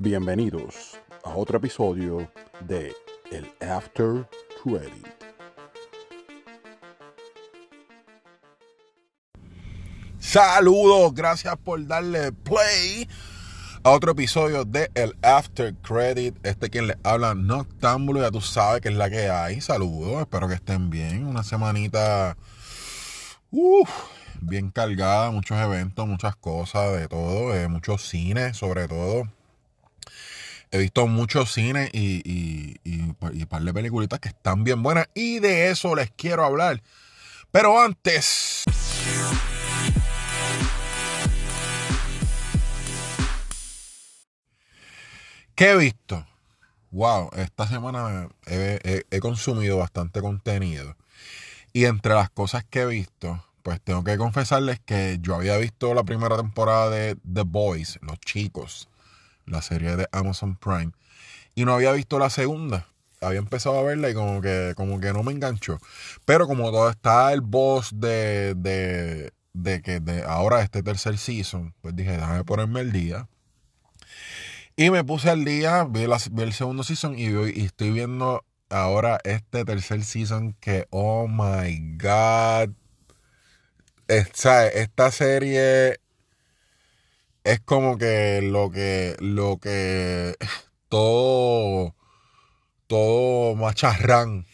Bienvenidos a otro episodio de El After Credit. Saludos, gracias por darle play a otro episodio de El After Credit. Quien les habla, Noctámbulo, ya tú sabes que es la que hay. Saludos, espero que estén bien. Una semanita bien cargada, muchos eventos, muchas cosas, de todo, muchos cines sobre todo. He visto muchos cines y par de peliculitas que están bien buenas y de eso les quiero hablar. Pero antes, ¿qué he visto? Wow, esta semana he consumido bastante contenido. Y entre las cosas que he visto, pues tengo que confesarles que yo había visto la primera temporada de The Boys, Los Chicos, la serie de Amazon Prime, y no había visto la segunda. Había empezado a verla y como que no me enganchó. Pero como todo está el boss de ahora este tercer season, pues dije, déjame ponerme al día. Y me puse al día, vi el segundo season y estoy viendo ahora este tercer season que, oh my God. Esta serie es como que lo que todo macharrán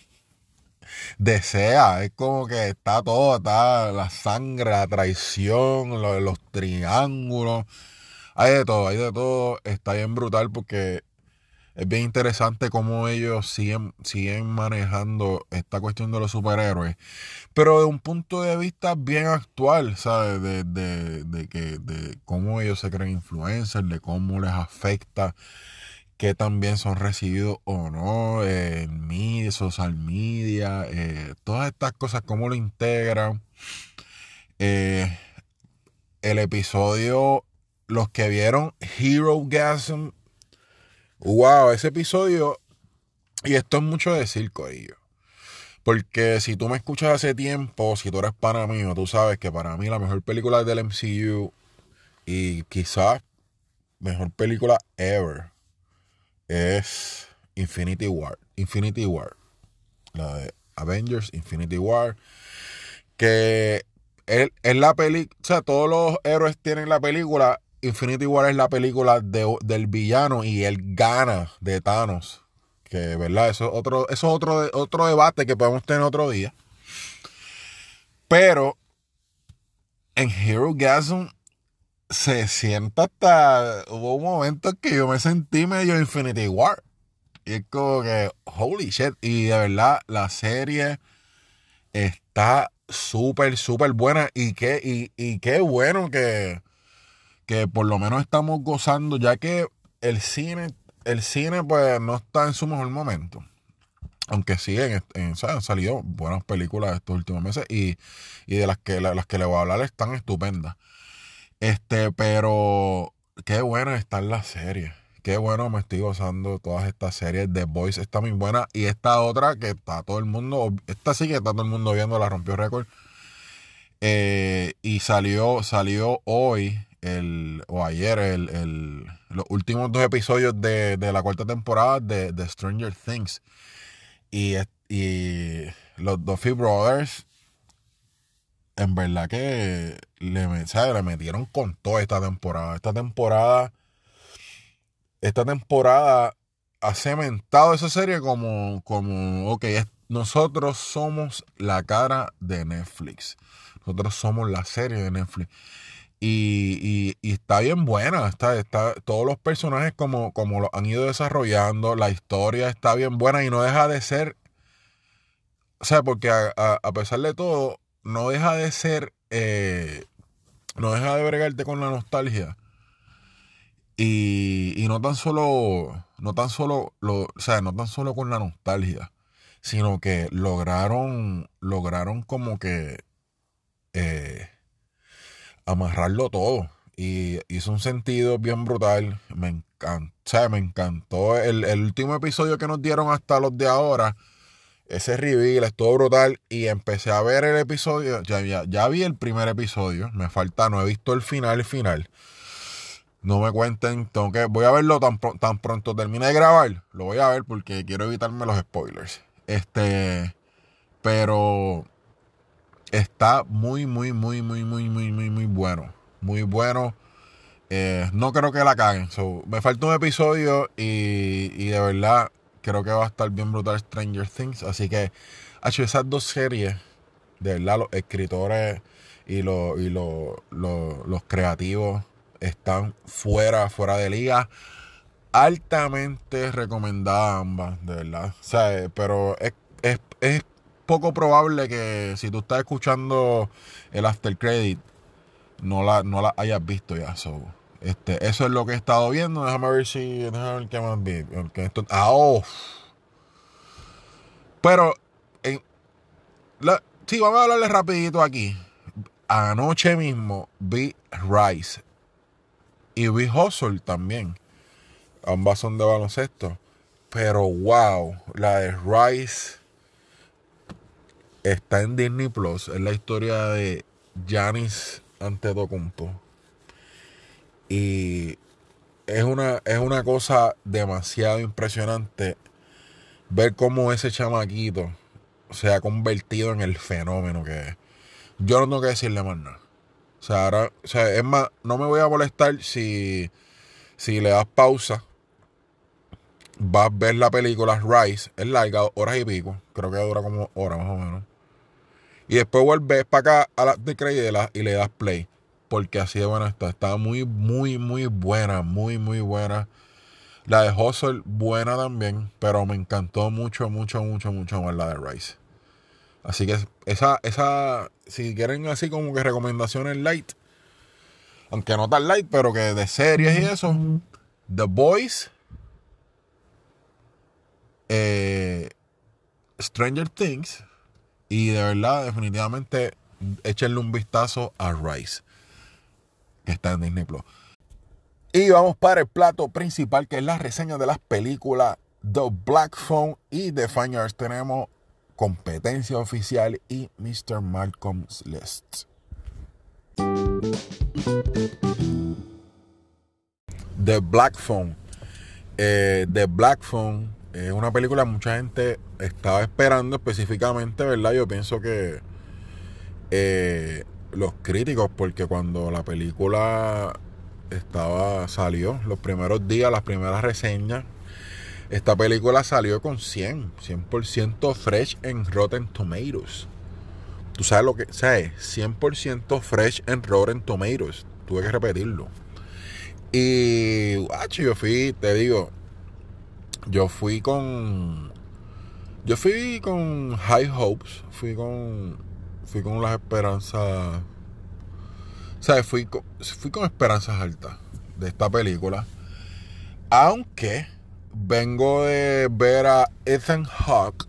desea. Es como que está la sangre, la traición, los triángulos. Hay de todo. Está bien brutal porque es bien interesante cómo ellos siguen manejando esta cuestión de los superhéroes, pero de un punto de vista bien actual, ¿sabes? De cómo ellos se creen influencers, de cómo les afecta, que también son recibidos o no en media, social media, todas estas cosas, cómo lo integran. El episodio, los que vieron Herogasm, wow, ese episodio, y esto es mucho decir, corillo, porque si tú me escuchas hace tiempo, si tú eres pana mío, tú sabes que para mí la mejor película del MCU y quizás mejor película ever es Infinity War, la de Avengers Infinity War, que es la película, o sea, todos los héroes tienen la película. Infinity War es la película del villano y él gana de Thanos. Que, ¿verdad? Eso es otro debate que podemos tener otro día. Pero en Herogasm se sienta hubo un momento que yo me sentí medio Infinity War. Y es como que, holy shit. Y de verdad, la serie está súper, súper buena. Y qué bueno que por lo menos estamos gozando, ya que el cine pues no está en su mejor momento. Aunque sí, han salido buenas películas estos últimos meses y de las que le voy a hablar están estupendas. Pero qué buena está la serie. Qué bueno me estoy gozando todas estas series. The Boys está muy buena. Y esta otra que está todo el mundo, esta sí que está todo el mundo viendo, la rompió récord. Y salió hoy o ayer los últimos 2 episodios de la 4ª temporada de Stranger Things. Y los Duffy Brothers, en verdad que le metieron con toda esta temporada. Esta temporada ha cementado esa serie como ok, nosotros somos la cara de Netflix. Nosotros somos la serie de Netflix. Y está bien buena. Todos los personajes como lo han ido desarrollando. La historia está bien buena y no deja de ser. O sea, porque a pesar de todo, no deja de ser. No deja de bregarte con la nostalgia. Y no tan solo. No tan solo con la nostalgia. Sino que lograron como que. Amarrarlo todo. Y hizo un sentido bien brutal. Me encantó. O sea, me encantó el último episodio que nos dieron hasta los de ahora. Ese reveal estuvo brutal. Y empecé a ver el episodio. Ya vi el primer episodio. Me falta, no he visto el final. No me cuenten, voy a verlo tan pronto termine de grabar. Lo voy a ver porque quiero evitarme los spoilers. Pero está muy bueno. Muy bueno. No creo que la caguen. Me falta un episodio y de verdad creo que va a estar bien brutal Stranger Things. Así que, esas dos series, de verdad, los escritores y los creativos están fuera de liga. Altamente recomendadas ambas, de verdad. O sea, pero es poco probable que si tú estás escuchando el after credit no la hayas visto ya. Eso es lo que he estado viendo. Déjame ver qué más vi. Pero sí, vamos a hablarle rapidito aquí. Anoche mismo vi Rise y vi Hustle también. Ambas son de baloncesto. Pero wow, la de Rise está en Disney Plus. Es la historia de Giannis Antetokounmpo. Y es una cosa demasiado impresionante ver cómo ese chamaquito se ha convertido en el fenómeno que es. Yo no tengo que decirle más nada. Es más, no me voy a molestar si le das pausa. Vas a ver la película Rise, es larga, 2 horas y pico. Creo que dura como hora más o menos. Y después vuelves para acá a la de crédito y le das play. Porque así de buena está. Está muy buena. Muy buena. La de Hustle, buena también. Pero me encantó mucho más la de Rise. Así que si quieren así como que recomendaciones light. Aunque no tan light, pero que de series y eso. The Boys. Stranger Things. Y de verdad, definitivamente, échenle un vistazo a Rise, que está en Disney Plus. Y vamos para el plato principal, que es la reseña de las películas The Black Phone y The Fine Arts. Tenemos Competencia Oficial y Mr. Malcolm's List. The Black Phone. The Black Phone es una película que mucha gente estaba esperando específicamente, ¿verdad? Yo pienso que los críticos, porque cuando la película salió, los primeros días, las primeras reseñas, esta película salió con 100% fresh en Rotten Tomatoes. ¿Tú sabes lo que? ¿Sabes? 100% fresh en Rotten Tomatoes. Tuve que repetirlo. Y, yo fui con high hopes, fui con las esperanzas, ¿sabes? Fui con esperanzas altas de esta película, aunque vengo de ver a Ethan Hawke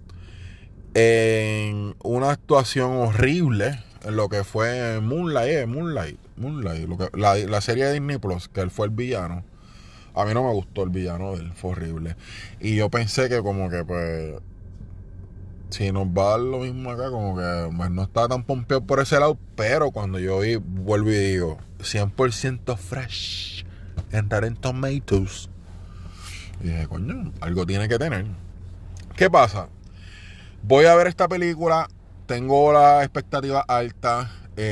en una actuación horrible en lo que fue Moonlight, la serie de Disney Plus, que él fue el villano. A mí no me gustó el villano de él, fue horrible. Y yo pensé que como que pues, si nos va a dar lo mismo acá, como que pues, no estaba tan pompeado por ese lado. Pero cuando yo vuelvo y digo 100% fresh en Rotten Tomatoes, y dije, coño, algo tiene que tener. ¿Qué pasa? Voy a ver esta película, tengo la expectativa alta,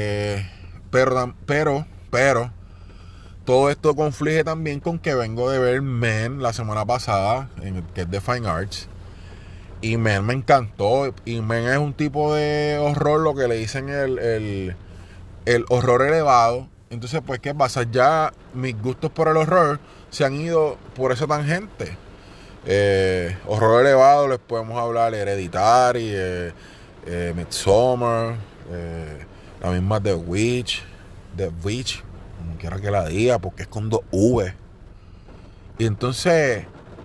pero todo esto conflige también con que vengo de ver Men la semana pasada, que es de Fine Arts. Y Men me encantó. Y Men es un tipo de horror, lo que le dicen el horror elevado. Entonces, pues, ¿qué pasa? Ya mis gustos por el horror se han ido por esa tangente. Horror elevado, les podemos hablar Hereditary, Midsommar, la misma The Witch, como quiera que la diga, porque es con 2 V. Y entonces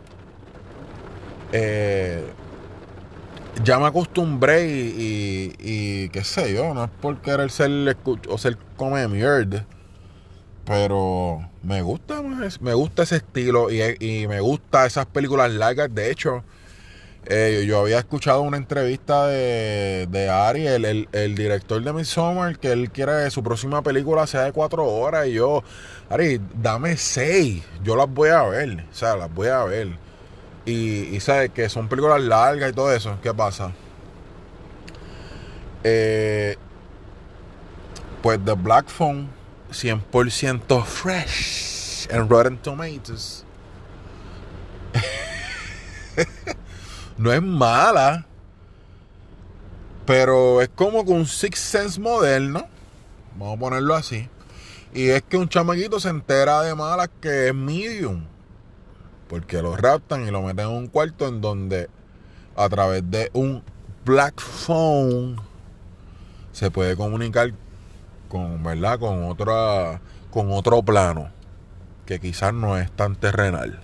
ya me acostumbré y qué sé yo, no es por querer ser come mierda, pero me gusta ese estilo y me gusta esas películas largas. De hecho, Yo había escuchado una entrevista de Ari, el director de Midsommar, que él quiere que su próxima película sea de 4 horas. Y yo, Ari, dame 6. Yo las voy a ver. O sea, las voy a ver. Y sabes que son películas largas y todo eso. ¿Qué pasa? Eh, pues The Black Phone, 100% fresh en Rotten Tomatoes. No es mala, pero es como que un Sixth Sense moderno. Vamos a ponerlo así. Y es que un chamaquito se entera de malas que es medium. Porque lo raptan y lo meten en un cuarto en donde a través de un black phone se puede comunicar con, ¿verdad? Con otro plano que quizás no es tan terrenal.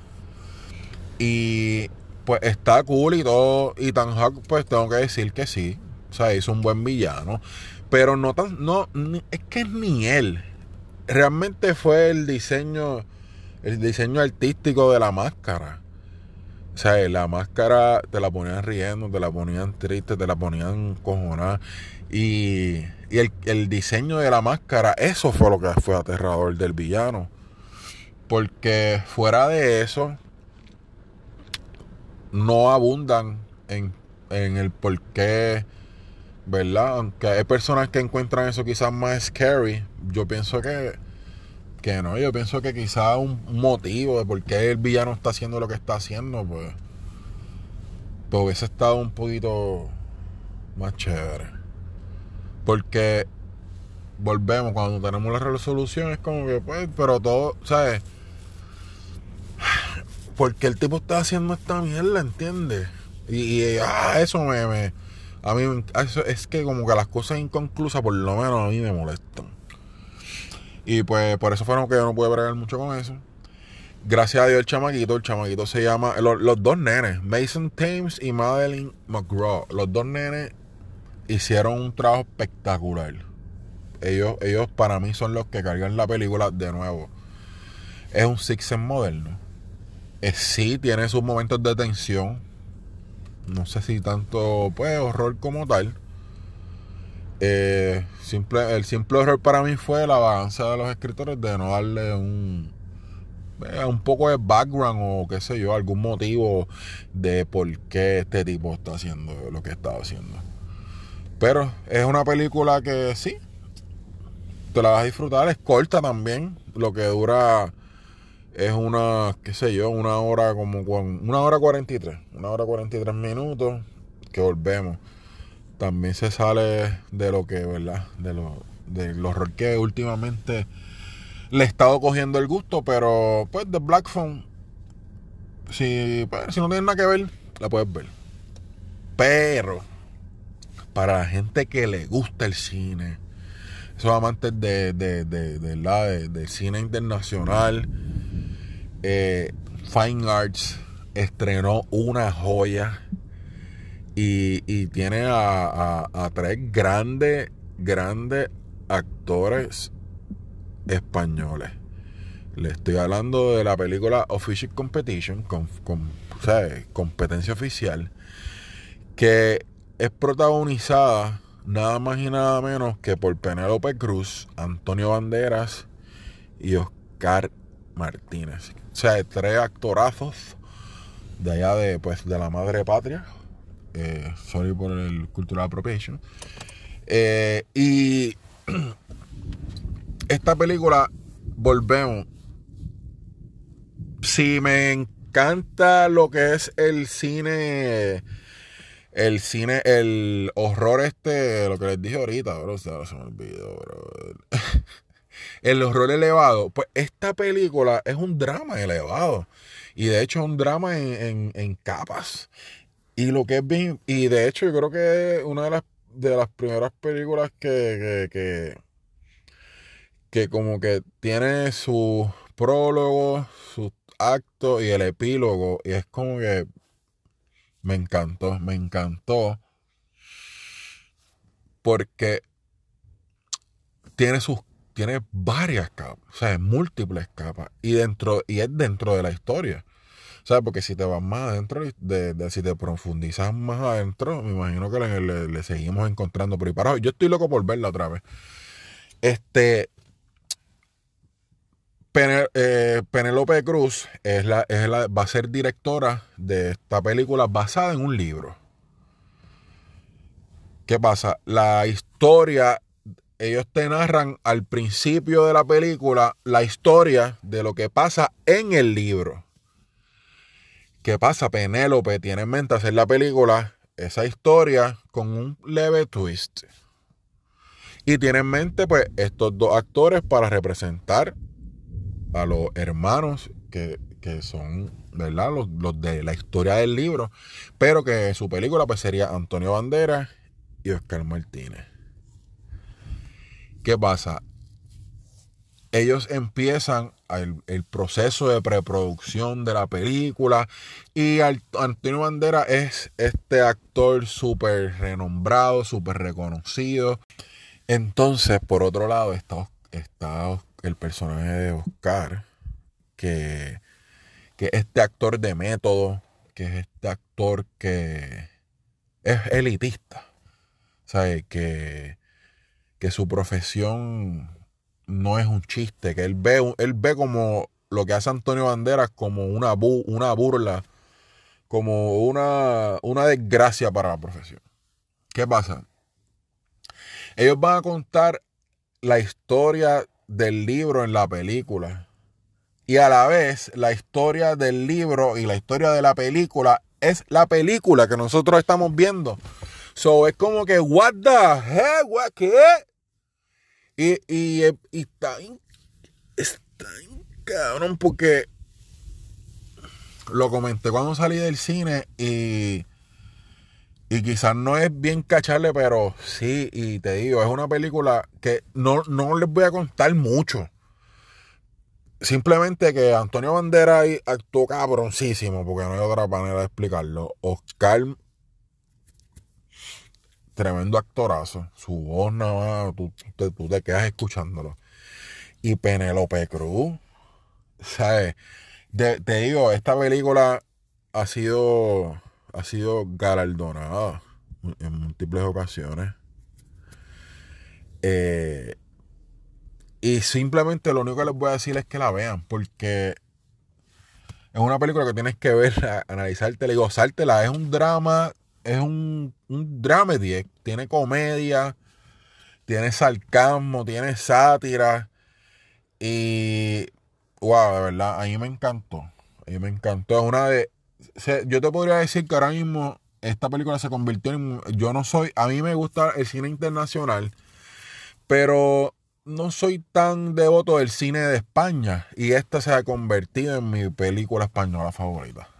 Y pues está cool y todo. Y Tan Hawk, pues tengo que decir que sí. O sea, hizo un buen villano. Pero no tan. No, es que ni él. Realmente fue el diseño. El diseño artístico de la máscara. O sea, la máscara te la ponían riendo, te la ponían triste, te la ponían cojonada. Y el diseño de la máscara, eso fue lo que fue aterrador del villano. Porque fuera de eso, no abundan en el por qué, ¿verdad? Aunque hay personas que encuentran eso quizás más scary, yo pienso que no, yo pienso que quizás un motivo de por qué el villano está haciendo lo que está haciendo, pues hubiese estado un poquito más chévere. Porque volvemos, cuando tenemos la resolución es como que, pues, pero todo, ¿sabes? Porque el tipo está haciendo esta mierda, ¿entiendes? Eso a mí eso es que como que las cosas inconclusas por lo menos a mí me molestan. Y pues por eso fueron que yo no pude bregar mucho con eso. Gracias a Dios el chamaquito se llama, los dos nenes, Mason Thames y Madeline McGraw, los dos nenes hicieron un trabajo espectacular. Ellos para mí son los que cargan la película de nuevo. Es un Sixth Sense moderno. Sí, tiene sus momentos de tensión. No sé si tanto, pues, horror como tal. El simple horror para mí fue la vagancia de los escritores de no darle un poco de background o qué sé yo, algún motivo de por qué este tipo está haciendo lo que está haciendo. Pero es una película que sí, te la vas a disfrutar, es corta también, lo que dura es qué sé yo, una hora 43, una hora 43 minutos, que volvemos. También se sale de lo que, ¿verdad? Del horror que últimamente le he estado cogiendo el gusto, pero pues The Black Phone, si no tienes nada que ver, la puedes ver. Pero para la gente que le gusta el cine, esos amantes del cine internacional, Fine Arts estrenó una joya y tiene a tres grandes actores españoles. Le estoy hablando de la película Official Competition, o sea, competencia oficial, que es protagonizada nada más y nada menos que por Penélope Cruz, Antonio Banderas y Oscar Martínez. O sea, tres actorazos de allá de la madre patria. Sorry por el cultural appropriation. Y esta película, volvemos. Si me encanta lo que es el horror lo que les dije ahorita, bro, se me olvidó, bro. El horror elevado, pues esta película es un drama elevado. Y de hecho es un drama en capas. Y lo que es bien, y de hecho yo creo que es una de las primeras películas que como que tiene su prólogo, sus actos y el epílogo. Y es como que me encantó porque tiene tiene varias capas, o sea, múltiples capas. Y es dentro de la historia. O ¿Sabes? Porque si te vas más adentro, si te profundizas más adentro, me imagino que le seguimos encontrando por ahí para abajo. Yo estoy loco por verla otra vez. Este, Penélope Cruz va a ser directora de esta película basada en un libro. ¿Qué pasa? La historia, ellos te narran al principio de la película la historia de lo que pasa en el libro. ¿Qué pasa? Penélope tiene en mente hacer la película, esa historia, con un leve twist. Y tiene en mente, pues, estos dos actores para representar a los hermanos que son, ¿verdad? Los de la historia del libro. Pero que su película, pues, sería Antonio Banderas y Oscar Martínez. ¿Qué pasa? Ellos empiezan el proceso de preproducción de la película y Antonio Banderas es este actor súper renombrado, súper reconocido. Entonces, por otro lado, está el personaje de Oscar, que es este actor de método, que es este actor que es elitista, ¿sabes? Que su profesión no es un chiste, que él ve como lo que hace Antonio Banderas como una burla, como una desgracia para la profesión. ¿Qué pasa? Ellos van a contar la historia del libro en la película y a la vez la historia del libro y la historia de la película es la película que nosotros estamos viendo. So es como que, what the heck, ¿qué? Y está bien cabrón porque lo comenté cuando salí del cine y quizás no es bien cacharle, pero sí, y te digo, es una película que no les voy a contar mucho. Simplemente que Antonio Banderas ahí actuó cabroncísimo, porque no hay otra manera de explicarlo. Oscar, tremendo actorazo. Su voz nada más, tú te quedas escuchándolo. Y Penélope Cruz, ¿sabes? Te digo, esta película ha sido galardonada en múltiples ocasiones. Y simplemente lo único que les voy a decir es que la vean, porque es una película que tienes que ver, analizártela y gozártela. Es un drama, es un dramedy. Tiene comedia, tiene sarcasmo, tiene sátira. Y, wow, de verdad, a mí me encantó. A mí me encantó. Yo te podría decir que ahora mismo esta película se convirtió en... A mí me gusta el cine internacional, pero no soy tan devoto del cine de España. Y esta se ha convertido en mi película española favorita.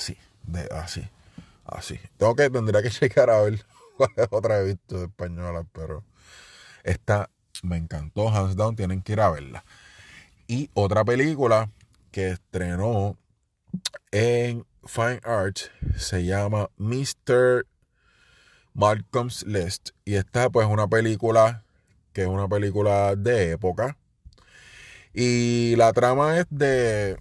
Así. Tendría que checar a ver cuál otra he visto de española, pero esta me encantó, hands down, tienen que ir a verla. Y otra película que estrenó en Fine Arts se llama Mr. Malcolm's List. Y esta pues una película que es una película de época. Y la trama es de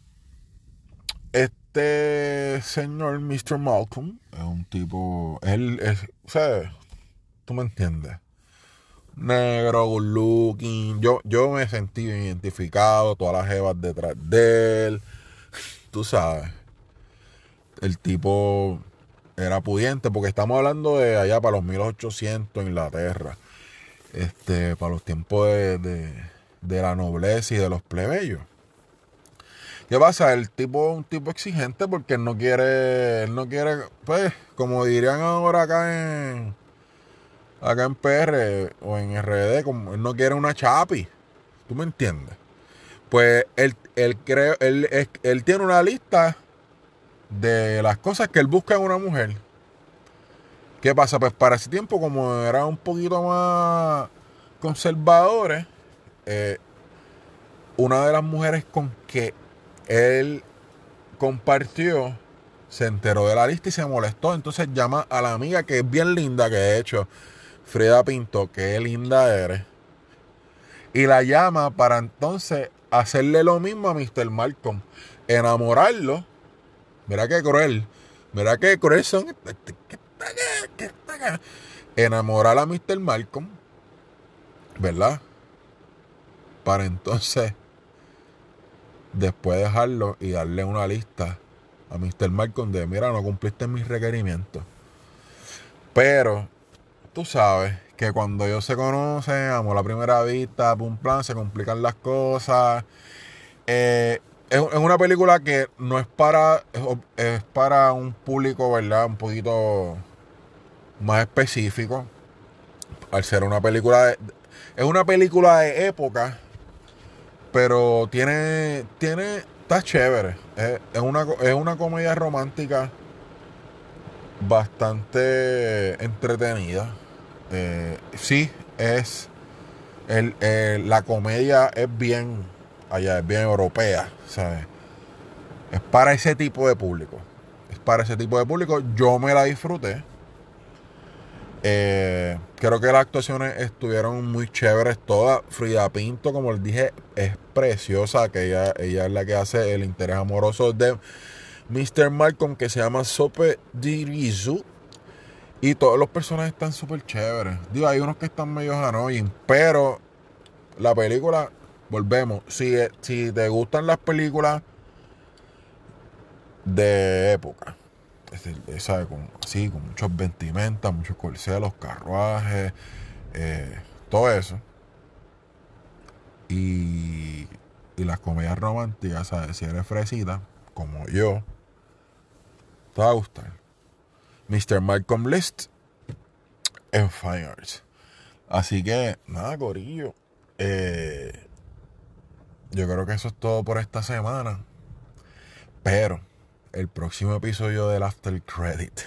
este señor Mr. Malcolm. Es un tipo, él es, o sea, tú me entiendes. Negro, good looking. Yo me sentí identificado, todas las jevas detrás de él. Tú sabes, el tipo era pudiente, porque estamos hablando de allá para los 1800 Inglaterra. Para los tiempos de la nobleza y de los plebeyos. ¿Qué pasa? El tipo es un tipo exigente porque él no quiere, pues, como dirían ahora acá en PR o en RD, como él no quiere una chapi. ¿Tú me entiendes? Pues él tiene una lista de las cosas que él busca en una mujer. ¿Qué pasa? Pues para ese tiempo, como era un poquito más conservadores, una de las mujeres con que él compartió se enteró de la lista y se molestó. Entonces llama a la amiga, que es bien linda, que de hecho Frida Pinto, que linda eres, y la llama para entonces hacerle lo mismo a Mr. Malcolm, enamorarlo Mira qué cruel. Mira qué cruel son. Enamorar a Mr. Malcolm, ¿verdad? Para entonces después dejarlo y darle una lista a Mr. Malcolm de, mira, no cumpliste mis requerimientos. Pero tú sabes que cuando ellos se conocen, amor a la primera vista, pum, plan, se complican las cosas. Es una película que no es es para un público, ¿verdad? Un poquito más específico. Al ser una película es una película de época, pero está chévere. Es una comedia romántica bastante entretenida. Sí, la comedia es bien allá, es bien europea, ¿sabes? Es para ese tipo de público. Es para ese tipo de público. Yo me la disfruté. Creo que las actuaciones estuvieron muy chéveres todas. Frida Pinto, como les dije, es preciosa. Que ella es la que hace el interés amoroso de Mr. Malcolm, que se llama Sope Dirisu. Y todos los personajes están súper chéveres. Digo, hay unos que están medio annoying, pero la película, volvemos. Si te gustan las películas de época, ¿sabes? Con muchos vestimentas, muchos corcelos, carruajes, todo eso. Y las comedias románticas, ¿sabes? Si eres fresita, como yo, te va a gustar. Mr. Malcolm List en Fine Arts. Así que, nada, corillo. Yo creo que eso es todo por esta semana. Pero el próximo episodio del After Credit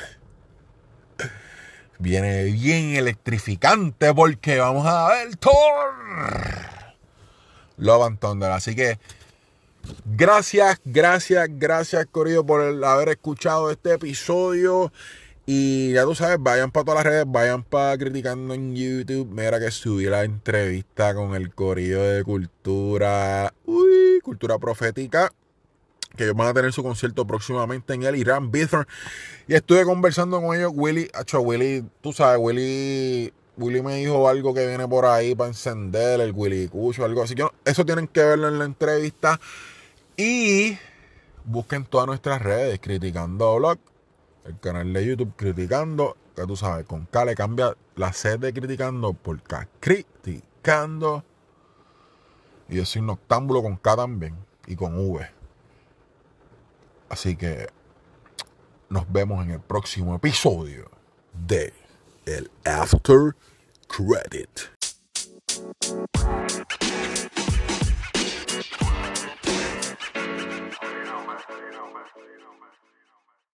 viene bien electrificante porque vamos a ver Thor Love and Thunder. Así que gracias, corillo, por haber escuchado este episodio. Y ya tú sabes, vayan para todas las redes, vayan para Criticando en YouTube. Mira que subí la entrevista con el corillo de Cultura Profética, que ellos van a tener su concierto próximamente en el Irán Bithorn. Y estuve conversando con ellos. Willy, tú sabes, Willy me dijo algo que viene por ahí para encender, el Willy Cucho, algo así. Eso tienen que verlo en la entrevista. Y busquen todas nuestras redes, Criticando Blog, el canal de YouTube Criticando, que tú sabes, con K le cambia la C de Criticando por K. Criticando. Y yo soy Noctámbulo con K también y con V. Así que nos vemos en el próximo episodio de el After Credit.